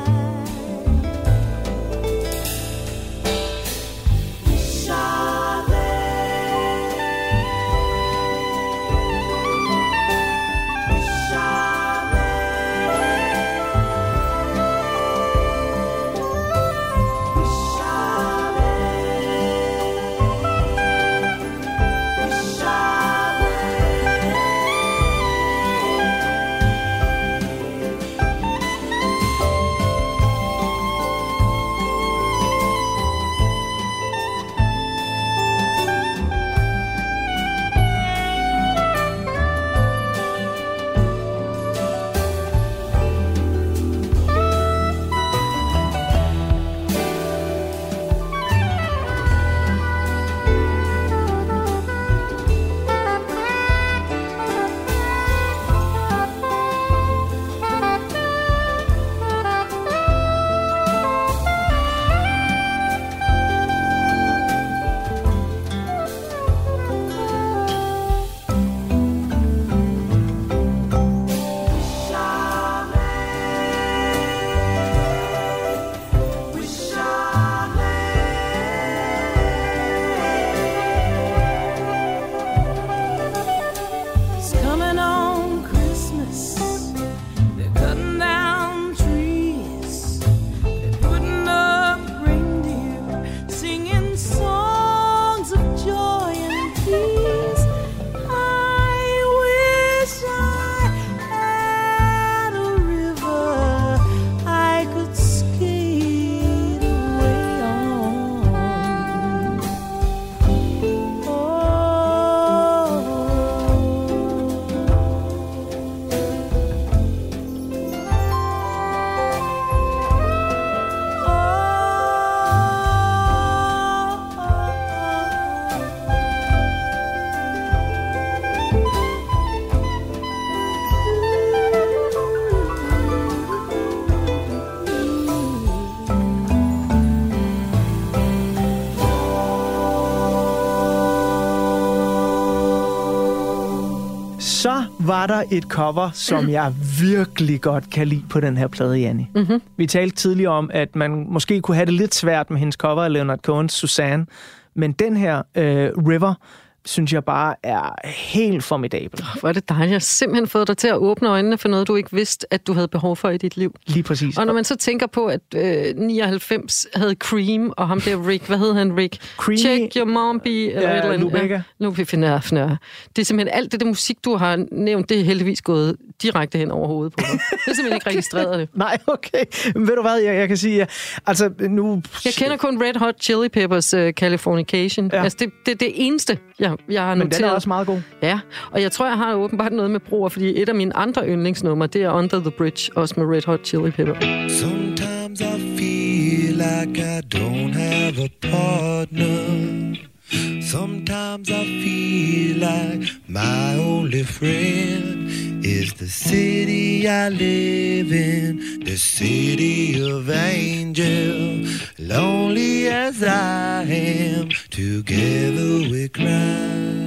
var der et cover, som jeg virkelig godt kan lide på den her plade, Janni. Mm-hmm. Vi talte tidligere om, at man måske kunne have det lidt svært med hendes cover af Leonard Cohens Suzanne, men den her øh, River, synes jeg bare er helt formidabel. Hvor er det dejligt. Jeg har simpelthen fået dig til at åbne øjnene for noget, du ikke vidste, at du havde behov for i dit liv. Lige præcis. Og når man så tænker på, at øh, nioghalvfems havde Cream, og ham der Rick, hvad hed han, Rick? Creamy. Check Your Mombi, eller Ja, et eller andet. Lou Bega. Ja, Lou Bega. Det er simpelthen alt det der musik, du har nævnt, det er heldigvis gået direkte hen over hovedet på mig. Det er simpelthen ikke registreret det. Nej, okay. Men ved du hvad, jeg, jeg kan sige, ja, altså nu... Jeg kender kun Red Hot Chili Peppers uh, Californication. Ja. Altså, det, det er det eneste, jeg, jeg har Men noteret. den er også meget god. Ja, og jeg tror, jeg har åbenbart noget med broer, fordi et af mine andre yndlingsnumre, det er Under the Bridge, også med Red Hot Chili Pepper. Sometimes I feel like I don't have a partner. Sometimes I feel like my only friend is the city I live in, the city of angel. Lonely as I am, together we cry.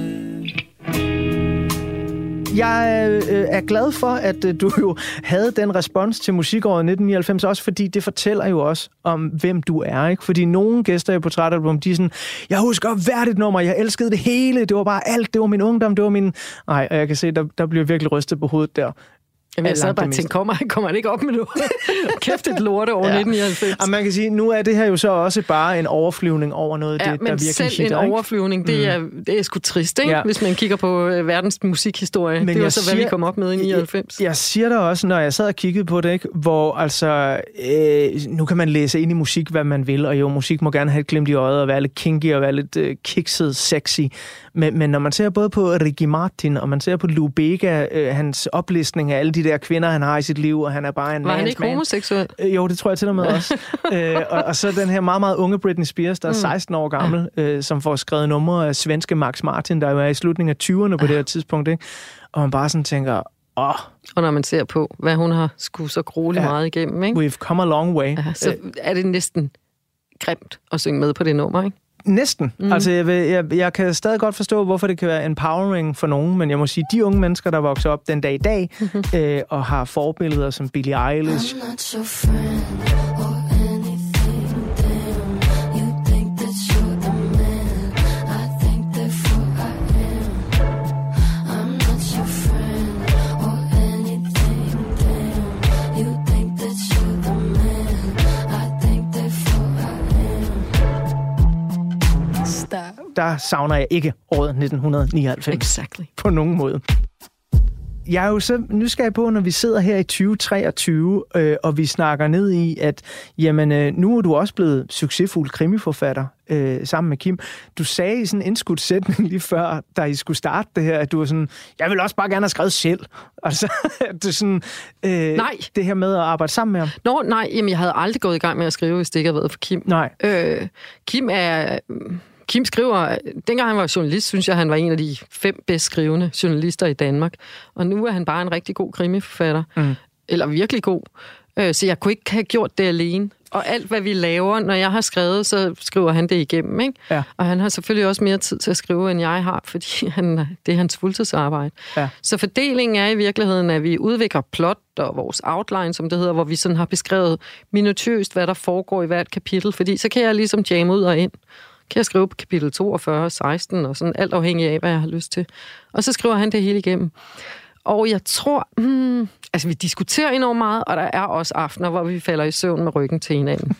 Jeg øh, er glad for, at øh, du jo havde den respons til musikåret nitten nioghalvfems, også fordi det fortæller jo også om, hvem du er, ikke? Fordi nogle gæster i Portrætalbum, de er sådan, jeg husker hvert et nummer, jeg elskede det hele, det var bare alt, det var min ungdom, det var min... Nej, og jeg kan se, der, der bliver virkelig rystet på hovedet der. Jamen, jeg sad bare og tænkte, kommer, kommer han ikke op med noget? Kæft et lorte over ja. nitten nioghalvfems. Og man kan sige, nu er det her jo så også bare en overflyvning over noget, ja, det, der virkelig selv hitter, en ikke? overflyvning, det er, det er sgu trist, ikke? Ja. Hvis man kigger på øh, verdens musikhistorie. Men det var så, hvad siger, vi kom op med i nioghalvfems. Jeg, jeg siger der også, når jeg sad og kiggede på det, ikke? Hvor altså, øh, nu kan man læse ind i musik, hvad man vil, og jo, musik må gerne have et glimt i øjet, og være lidt kinky, og være lidt øh, kikset, sexy. Men, men når man ser både på Ricky Martin, og man ser på Lou Bega, øh, hans oplistning af alle de der kvinder, han har i sit liv, og han er bare en Var han ikke man. homoseksuel? Øh, jo, det tror jeg til og med også. øh, og, og så den her meget, meget unge Britney Spears, der er seksten år gammel, øh, som får skrevet numre af svenske Max Martin, der jo er i slutningen af tyverne på det her tidspunkt, ikke? Og man bare sådan tænker, åh. Og når man ser på, hvad hun har skudt så grueligt ja, meget igennem, ikke? We've come a long way. Ja, så er det næsten grimt at synge med på det nummer, ikke? Næsten. Mm. Altså, jeg, vil, jeg, jeg kan stadig godt forstå, hvorfor det kan være empowering for nogen, men jeg må sige, de unge mennesker, der vokser op den dag i dag, mm-hmm. øh, og har forbilleder som Billie Eilish. Der savner jeg ikke året nitten nioghalvfems exactly. på nogen måde. Jeg er jo så nysgerrig på, når vi sidder her i tyve treogtyve, øh, og vi snakker ned i, at jamen, øh, nu er du også blevet succesfuld krimiforfatter øh, sammen med Kim. Du sagde i sådan en indskudt sætning lige før, da I skulle starte det her, at du var sådan, jeg vil også bare gerne have skrevet selv. Altså, du sådan, øh, nej. Det her med at arbejde sammen med ham. Nå, nej, jamen, jeg havde aldrig gået i gang med at skrive, hvis det ikke havde været for Kim. Nej. Øh, Kim er... Kim skriver, dengang han var journalist, synes jeg, han var en af de fem bedst skrivende journalister i Danmark. Og nu er han bare en rigtig god krimiforfatter. Mm. Eller virkelig god. Så jeg kunne ikke have gjort det alene. Og alt, hvad vi laver, når jeg har skrevet, så skriver han det igennem, ikke? Ja. Og han har selvfølgelig også mere tid til at skrive, end jeg har, fordi han, det er hans fuldtidsarbejde. Ja. Så fordelingen er i virkeligheden, at vi udvikler plot og vores outline, som det hedder, hvor vi sådan har beskrevet minutiøst, hvad der foregår i hvert kapitel. Fordi så kan jeg ligesom jamme ud og ind. Kan jeg skrive på kapitel toogfyrre, seksten og sådan, alt afhængig af, hvad jeg har lyst til. Og så skriver han det hele igennem. Og jeg tror, hmm, altså vi diskuterer enormt meget, og der er også aftener, hvor vi falder i søvn med ryggen til hinanden.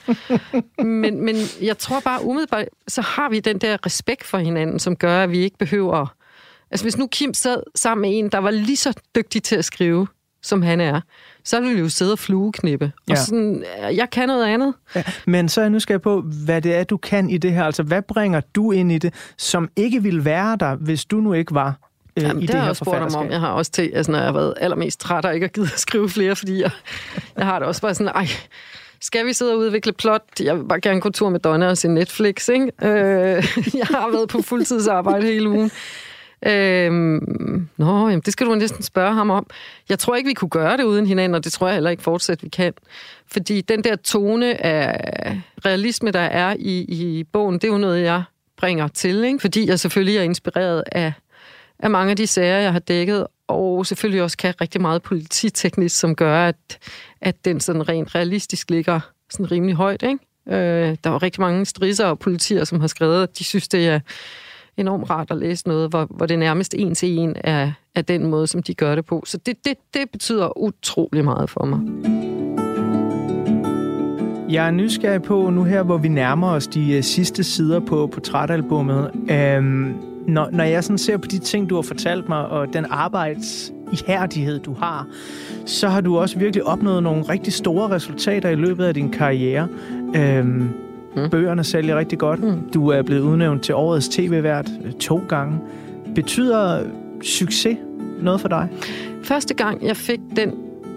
men, men jeg tror bare umiddelbart, så har vi den der respekt for hinanden, som gør, at vi ikke behøver... Altså hvis nu Kim sad sammen med en, der var lige så dygtig til at skrive, som han er, så ville vi jo sidde og flueknippe. Ja. Og sådan, jeg kan noget andet. Ja, men så er jeg nysgerrig på, hvad det er, du kan i det her. Altså, hvad bringer du ind i det, som ikke ville være der, hvis du nu ikke var øh, Jamen, i det, det her har jeg spurgt om. Jeg har også til, altså, når jeg har været allermest træt og ikke har givet at skrive flere, fordi jeg, jeg har det også bare sådan, ej, skal vi sidde og udvikle plot? Jeg vil bare gerne gå tur med Donna og se Netflix, ikke? Øh, jeg har været på fuldtidsarbejde hele ugen. Øhm, nå, jamen, det skal du næsten spørge ham om. Jeg tror ikke, vi kunne gøre det uden hinanden, og det tror jeg heller ikke fortsat, vi kan. Fordi den der tone af realisme, der er i, i bogen, det er jo noget, jeg bringer til, ikke? Fordi jeg selvfølgelig er inspireret af, af mange af de sager, jeg har dækket, og selvfølgelig også kan rigtig meget polititeknisk, som gør, at, at den sådan rent realistisk ligger sådan rimelig højt, ikke? Øh, der var rigtig mange strisser og politier, som har skrevet, at de synes, det er enormt rart at læse noget, hvor, hvor det nærmest en til en er, er den måde, som de gør det på. Så det, det, det betyder utrolig meget for mig. Jeg er nysgerrig på nu her, hvor vi nærmer os de uh, sidste sider på portrætalbummet. Um, når, når jeg sådan ser på de ting, du har fortalt mig, og den arbejdsihærdighed, du har, så har du også virkelig opnået nogle rigtig store resultater i løbet af din karriere. Um, mm. Bøgerne sælger rigtig godt. Mm. Du er blevet udnævnt til årets tv-vært to gange. Betyder succes noget for dig? Første gang, jeg fik den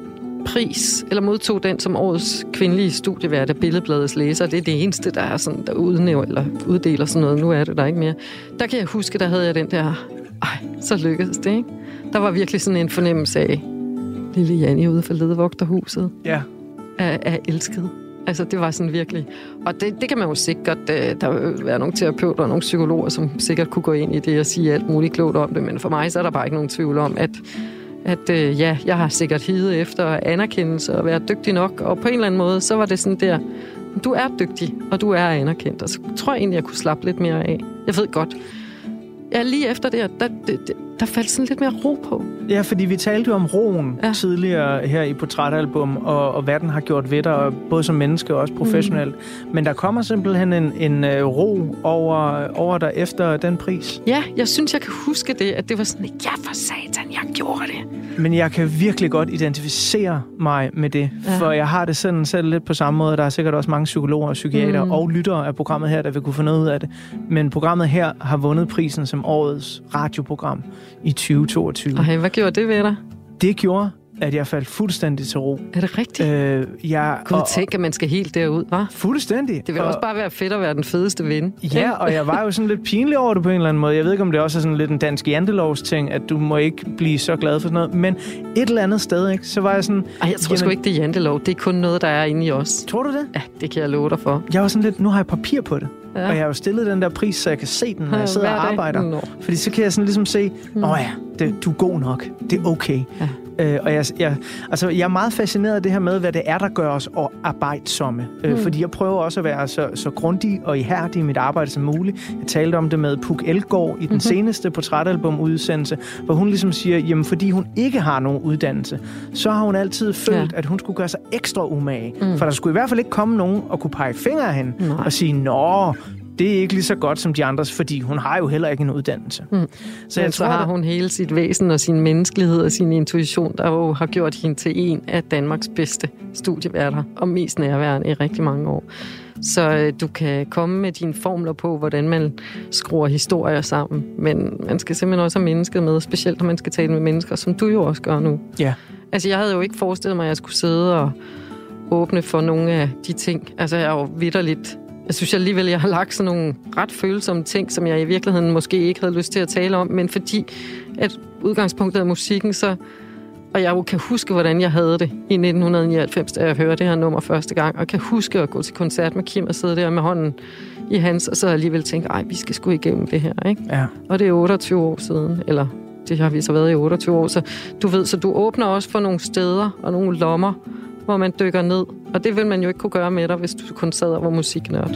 pris, eller modtog den som årets kvindelige studievært af Billedbladets læser, det er det eneste, der er sådan, der udnævner eller uddeler sådan noget. Nu er det der ikke mere. Der kan jeg huske, der havde jeg den der, ej, så lykkedes det, ikke? Der var virkelig sådan en fornemmelse af, lille Janni ude for ledevogterhuset, ja. er, er elsket. Altså, det var sådan virkelig. Og det, det kan man jo sikkert, der vil være nogle terapeuter og nogle psykologer, som sikkert kunne gå ind i det og sige alt muligt klogt om det, men for mig så er der bare ikke nogen tvivl om, at at øh, ja, jeg har sikkert higet efter anerkendelse og være dygtig nok, og på en eller anden måde, så var det sådan der, du er dygtig, og du er anerkendt, og så tror jeg egentlig, jeg kunne slappe lidt mere af. Jeg ved godt, ja, lige efter det, der, der, der faldt sådan lidt mere ro på. Ja, fordi vi talte jo om roen ja. tidligere her i portrætalbum, og, og hvad den har gjort ved dig, både som menneske og også professionelt. Mm. Men der kommer simpelthen en, en uh, ro over, over dig efter den pris. Ja, jeg synes, jeg kan huske det, at det var sådan, ja for satan, jeg gjorde det. Men jeg kan virkelig godt identificere mig med det, ja. for jeg har det sådan selv lidt på samme måde. Der er sikkert også mange psykologer og psykiater mm. og lyttere af programmet her, der vil kunne få noget ud af det. Men programmet her har vundet prisen som årets radioprogram i tyve toogtyve. Ej, hvad gjorde det ved dig? Det gjorde, at jeg faldt fuldstændig til ro. Er det rigtigt? Øh, jeg, Kunne du tænke, at man skal helt derud, hva'? Fuldstændig. Det vil og, også bare være fedt at være den fedeste ven. Ja, og jeg var jo sådan lidt pinlig over det på en eller anden måde. Jeg ved ikke, om det også er sådan lidt en dansk jantelovs ting, at du må ikke blive så glad for sådan noget. Men et eller andet sted, ikke, så var jeg sådan... Ej, jeg tror jamen, sgu ikke, det er jantelov. Det er kun noget, der er inde i os. Tror du det? Ja, det kan jeg love dig for. Jeg var sådan lidt, nu har jeg papir på det. Ja. Og jeg har jo stillet den der pris, så jeg kan se den, når jeg sidder og arbejder. No. Fordi så kan jeg sådan ligesom se, åh oh ja, det, du er god nok. Det er okay. Ja. Øh, og jeg, jeg, altså, jeg er meget fascineret af det her med, hvad det er, der gør os arbejdsomme. Mm. Øh, fordi jeg prøver også at være så, så grundig og ihærdig i mit arbejde som muligt. Jeg talte om det med Puk Elgård i den mm-hmm. seneste portrætalbum-udsendelse, hvor hun ligesom siger, jamen fordi hun ikke har nogen uddannelse, så har hun altid følt, ja. at hun skulle gøre sig ekstra umage. Mm. For der skulle i hvert fald ikke komme nogen og kunne pege fingre af hende Nej. og sige, nå, det er ikke lige så godt som de andres, fordi hun har jo heller ikke en uddannelse. Mm. Så jeg tror, har hun hele sit væsen og sin menneskelighed og sin intuition, der jo har gjort hende til en af Danmarks bedste studieværter og mest nærværende i rigtig mange år. Så øh, du kan komme med dine formler på, hvordan man skruer historier sammen, men man skal simpelthen også have mennesket med, specielt når man skal tale med mennesker, som du jo også gør nu. Ja. Altså, jeg havde jo ikke forestillet mig, at jeg skulle sidde og åbne for nogle af de ting. Altså, jeg er jo vitterligt... Jeg synes alligevel, jeg har lagt sådan nogle ret følsomme ting, som jeg i virkeligheden måske ikke havde lyst til at tale om, men fordi at udgangspunktet af musikken, så... Og jeg jo kan huske, hvordan jeg havde det i nitten nioghalvfems, da jeg hørte det her nummer første gang, og kan huske at gå til koncert med Kim og sidde der med hånden i hans, og så alligevel tænke, ej, vi skal sgu igennem det her, ikke? Ja. Og det er otteogtyve år siden, eller det har vi så været i otteogtyve år, så du ved, så du åbner også for nogle steder og nogle lommer, hvor man dykker ned. Og det vil man jo ikke kunne gøre med dig, hvis du kun sad og var musiknørd.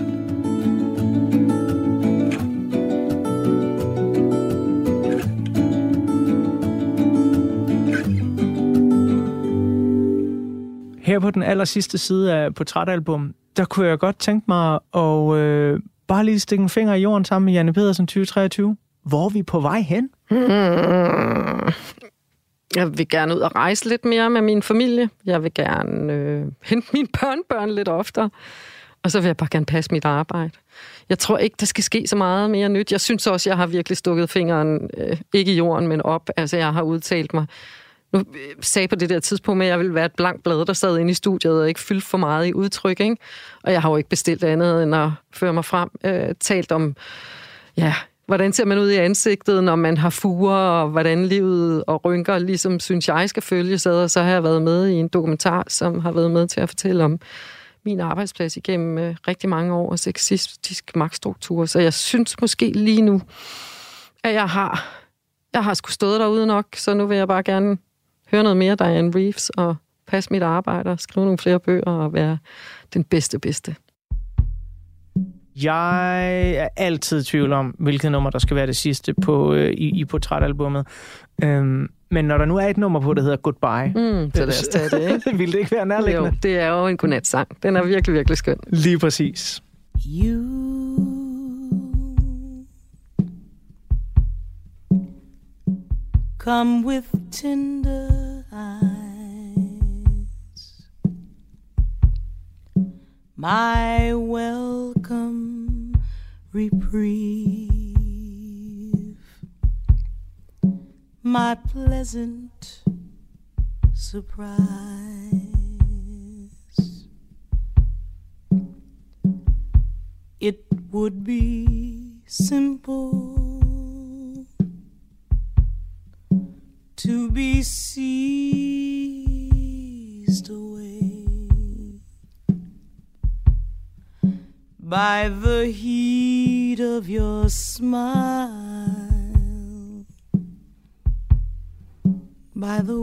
Her på den aller sidste side af portrætalbum, der kunne jeg godt tænke mig at øh, bare lige stikke en finger i jorden sammen med Janni Pedersen tyve treogtyve. Hvor er vi på vej hen? Hmm. Jeg vil gerne ud og rejse lidt mere med min familie. Jeg vil gerne øh, hente mine børnebørn lidt oftere. Og så vil jeg bare gerne passe mit arbejde. Jeg tror ikke, der skal ske så meget mere nyt. Jeg synes også, jeg har virkelig stukket fingeren, øh, ikke i jorden, men op. Altså, jeg har udtalt mig. Nu sagde på det der tidspunkt, at jeg ville være et blankt blad, der sad inde i studiet og ikke fyldte for meget i udtryk, ikke? Og jeg har jo ikke bestilt andet end at føre mig frem. Øh, talt om, ja... Hvordan ser man ud i ansigtet, når man har fuger, og hvordan livet og rynker, ligesom synes jeg skal følges ad. Og så har jeg været med i en dokumentar, som har været med til at fortælle om min arbejdsplads igennem øh, rigtig mange år og sexistisk magtstruktur. Så jeg synes måske lige nu, at jeg har jeg har sgu stået derude nok, så nu vil jeg bare gerne høre noget mere Dianne Reeves og passe mit arbejde og skrive nogle flere bøger og være den bedste bedste. Jeg er altid i tvivl om, hvilket nummer, der skal være det sidste på, øh, i, i portrætalbummet. Øhm, men når der nu er et nummer på, der hedder Goodbye... Mm, så lad os tage det, ikke? Vil det ikke være nærliggende? Jo, det er jo en godnatsang. Den er virkelig, virkelig skøn. Lige præcis. You come with tender eyes, my welcome reprieve, my pleasant surprise. It would be simple to be seized away by the heat of your smile, by the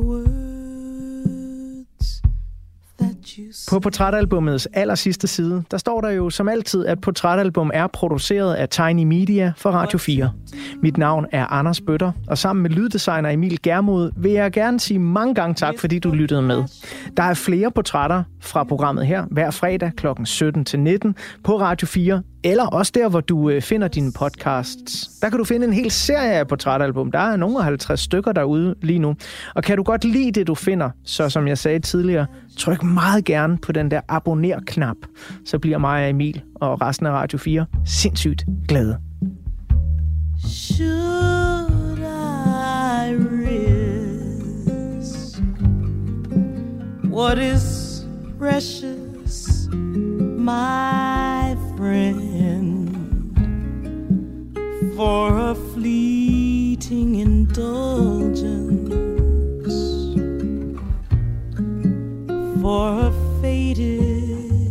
words that you say. På portrætalbummets aller sidste side, der står der jo som altid, at portrætalbum er produceret af Tiny Media for Radio fire. Mit navn er Anders Bøtter, og sammen med lyddesigner Emil Germod vil jeg gerne sige mange gange tak, fordi du lyttede med. Der er flere portrætter fra programmet her hver fredag klokken sytten til nitten på Radio fire, eller også der, hvor du finder dine podcasts. Der kan du finde en hel serie af portrætalbum. Der er nogle halvtreds stykker derude lige nu. Og kan du godt lide det, du finder, så som jeg sagde tidligere, tryk meget gerne på den der abonner-knap. Så bliver mig og Emil og resten af Radio fire sindssygt glade. Should I risk what is precious, my friend, for a fleeting indulgence, for a faded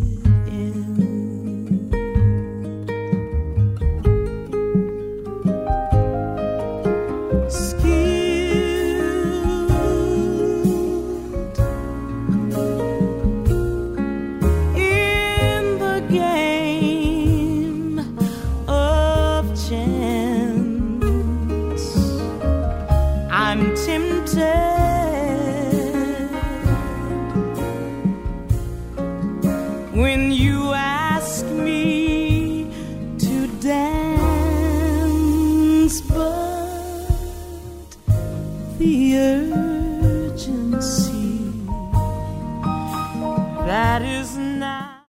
when you ask me to dance, but the urgency that is